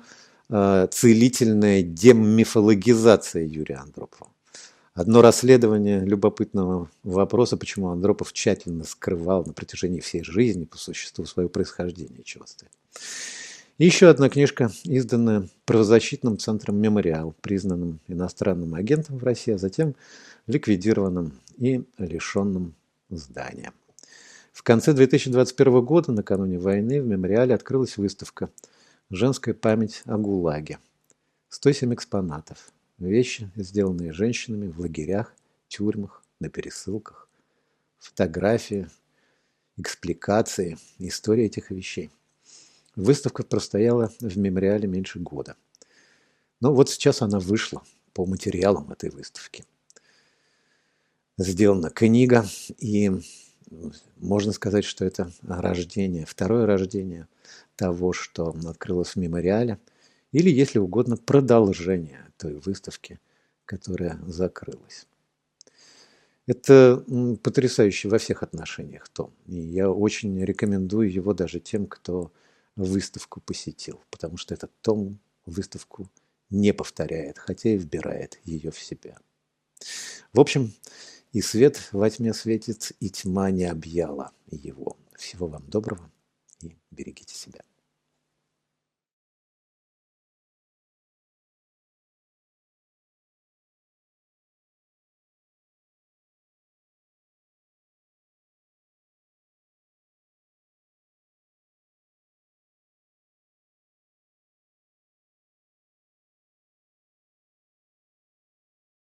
Speaker 4: целительная демифологизация Юрия Андропова. Одно расследование любопытного вопроса, почему Андропов тщательно скрывал на протяжении всей жизни по существу свое происхождение, чего стоит. И еще одна книжка, изданная правозащитным центром «Мемориал», признанным иностранным агентом в России, а затем ликвидированным и лишенным здания. В конце 2021 года, накануне войны, в «Мемориале» открылась выставка «Женская память о ГУЛАГе». 107 экспонатов. Вещи, сделанные женщинами в лагерях, тюрьмах, на пересылках. Фотографии, экспликации, история этих вещей. Выставка простояла в «Мемориале» меньше года. Но вот сейчас она вышла по материалам этой выставки. Сделана книга, и можно сказать, что это рождение, второе рождение того, что открылось в «Мемориале», или, если угодно, продолжение той выставки, которая закрылась. Это потрясающе во всех отношениях том, и я очень рекомендую его даже тем, кто выставку посетил, потому что этот том выставку не повторяет, хотя и вбирает ее в себя. В общем, и свет во тьме светит, и тьма не объяла его. Всего вам доброго и берегите себя.